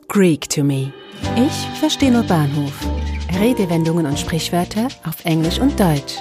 Greek to me. Ich verstehe nur Bahnhof. Redewendungen und Sprichwörter auf Englisch und Deutsch.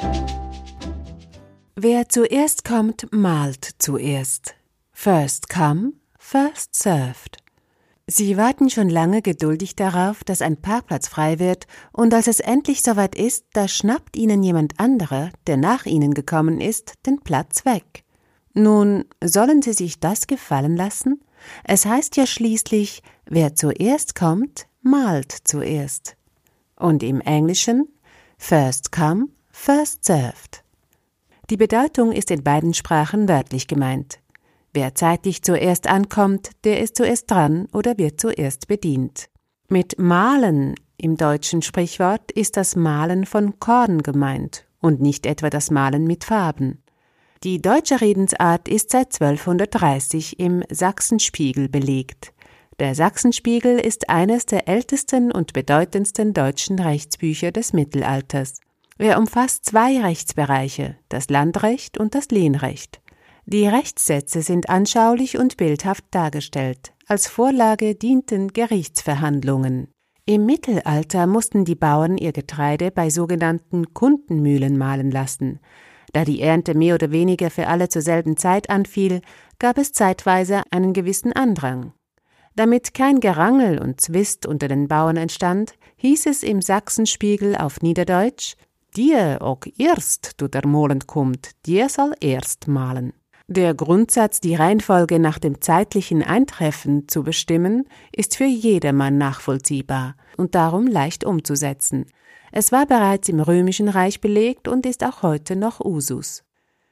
Wer zuerst kommt, mahlt zuerst. First come, first served. Sie warten schon lange geduldig darauf, dass ein Parkplatz frei wird, und als es endlich soweit ist, da schnappt Ihnen jemand anderer, der nach Ihnen gekommen ist, den Platz weg. Nun, sollen Sie sich das gefallen lassen? Es heißt ja schließlich, wer zuerst kommt, mahlt zuerst. Und im Englischen first come, first served. Die Bedeutung ist in beiden Sprachen wörtlich gemeint. Wer zeitlich zuerst ankommt, der ist zuerst dran oder wird zuerst bedient. Mit mahlen im deutschen Sprichwort ist das Mahlen von Korn gemeint und nicht etwa das Malen mit Farben. Die deutsche Redensart ist seit 1230 im Sachsenspiegel belegt. Der Sachsenspiegel ist eines der ältesten und bedeutendsten deutschen Rechtsbücher des Mittelalters. Er umfasst zwei Rechtsbereiche, das Landrecht und das Lehnrecht. Die Rechtssätze sind anschaulich und bildhaft dargestellt. Als Vorlage dienten Gerichtsverhandlungen. Im Mittelalter mussten die Bauern ihr Getreide bei sogenannten Kundenmühlen mahlen lassen. Da die Ernte mehr oder weniger für alle zur selben Zeit anfiel, gab es zeitweise einen gewissen Andrang. Damit kein Gerangel und Zwist unter den Bauern entstand, hieß es im Sachsenspiegel auf Niederdeutsch: „Dir auch erst du der Molen kommt, dir soll erst mahlen." Der Grundsatz, die Reihenfolge nach dem zeitlichen Eintreffen zu bestimmen, ist für jedermann nachvollziehbar und darum leicht umzusetzen. Es war bereits im Römischen Reich belegt und ist auch heute noch Usus.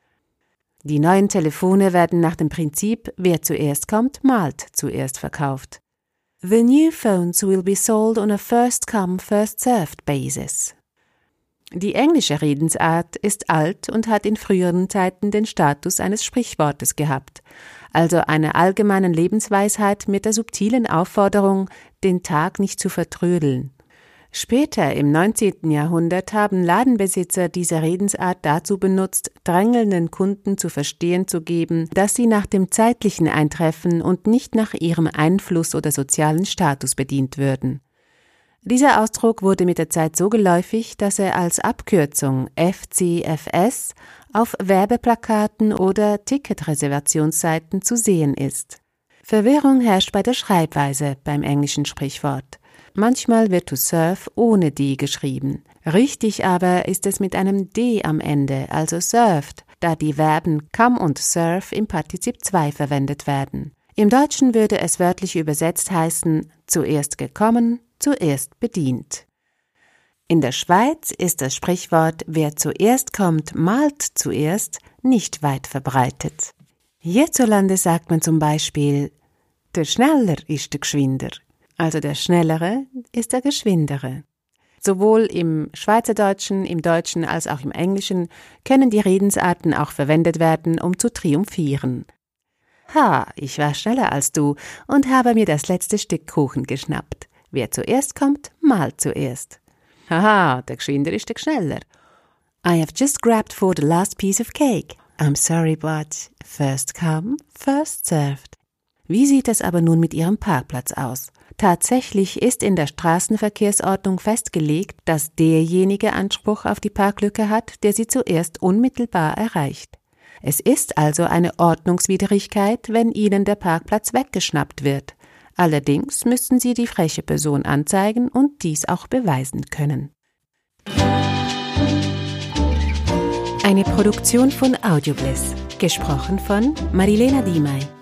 Die neuen Telefone werden nach dem Prinzip, wer zuerst kommt, mahlt zuerst verkauft. The new phones will be sold on a first-come, first-served basis. Die englische Redensart ist alt und hat in früheren Zeiten den Status eines Sprichwortes gehabt, also einer allgemeinen Lebensweisheit mit der subtilen Aufforderung, den Tag nicht zu vertrödeln. Später im 19. Jahrhundert haben Ladenbesitzer diese Redensart dazu benutzt, drängelnden Kunden zu verstehen zu geben, dass sie nach dem zeitlichen Eintreffen und nicht nach ihrem Einfluss oder sozialen Status bedient würden. Dieser Ausdruck wurde mit der Zeit so geläufig, dass er als Abkürzung FCFS auf Werbeplakaten oder Ticketreservationsseiten zu sehen ist. Verwirrung herrscht bei der Schreibweise beim englischen Sprichwort. Manchmal wird to serve ohne D geschrieben. Richtig aber ist es mit einem D am Ende, also served, da die Verben come und serve im Partizip 2 verwendet werden. Im Deutschen würde es wörtlich übersetzt heißen, zuerst gekommen, zuerst bedient. In der Schweiz ist das Sprichwort, wer zuerst kommt, mahlt zuerst, nicht weit verbreitet. Hierzulande sagt man zum Beispiel, der Schneller ist der Geschwinder. Also der Schnellere ist der Geschwindere. Sowohl im Schweizerdeutschen, im Deutschen als auch im Englischen können die Redensarten auch verwendet werden, um zu triumphieren. Ha, ich war schneller als du und habe mir das letzte Stück Kuchen geschnappt. Wer zuerst kommt, mahlt zuerst. Haha, der Geschwinder ist der Schneller. I have just grabbed for the last piece of cake. I'm sorry, but first come, first served. Wie sieht es aber nun mit Ihrem Parkplatz aus? Tatsächlich ist in der Straßenverkehrsordnung festgelegt, dass derjenige Anspruch auf die Parklücke hat, der sie zuerst unmittelbar erreicht. Es ist also eine Ordnungswidrigkeit, wenn Ihnen der Parkplatz weggeschnappt wird. Allerdings müssen Sie die freche Person anzeigen und dies auch beweisen können. Eine Produktion von Audiobliss, gesprochen von Marilena Diemey.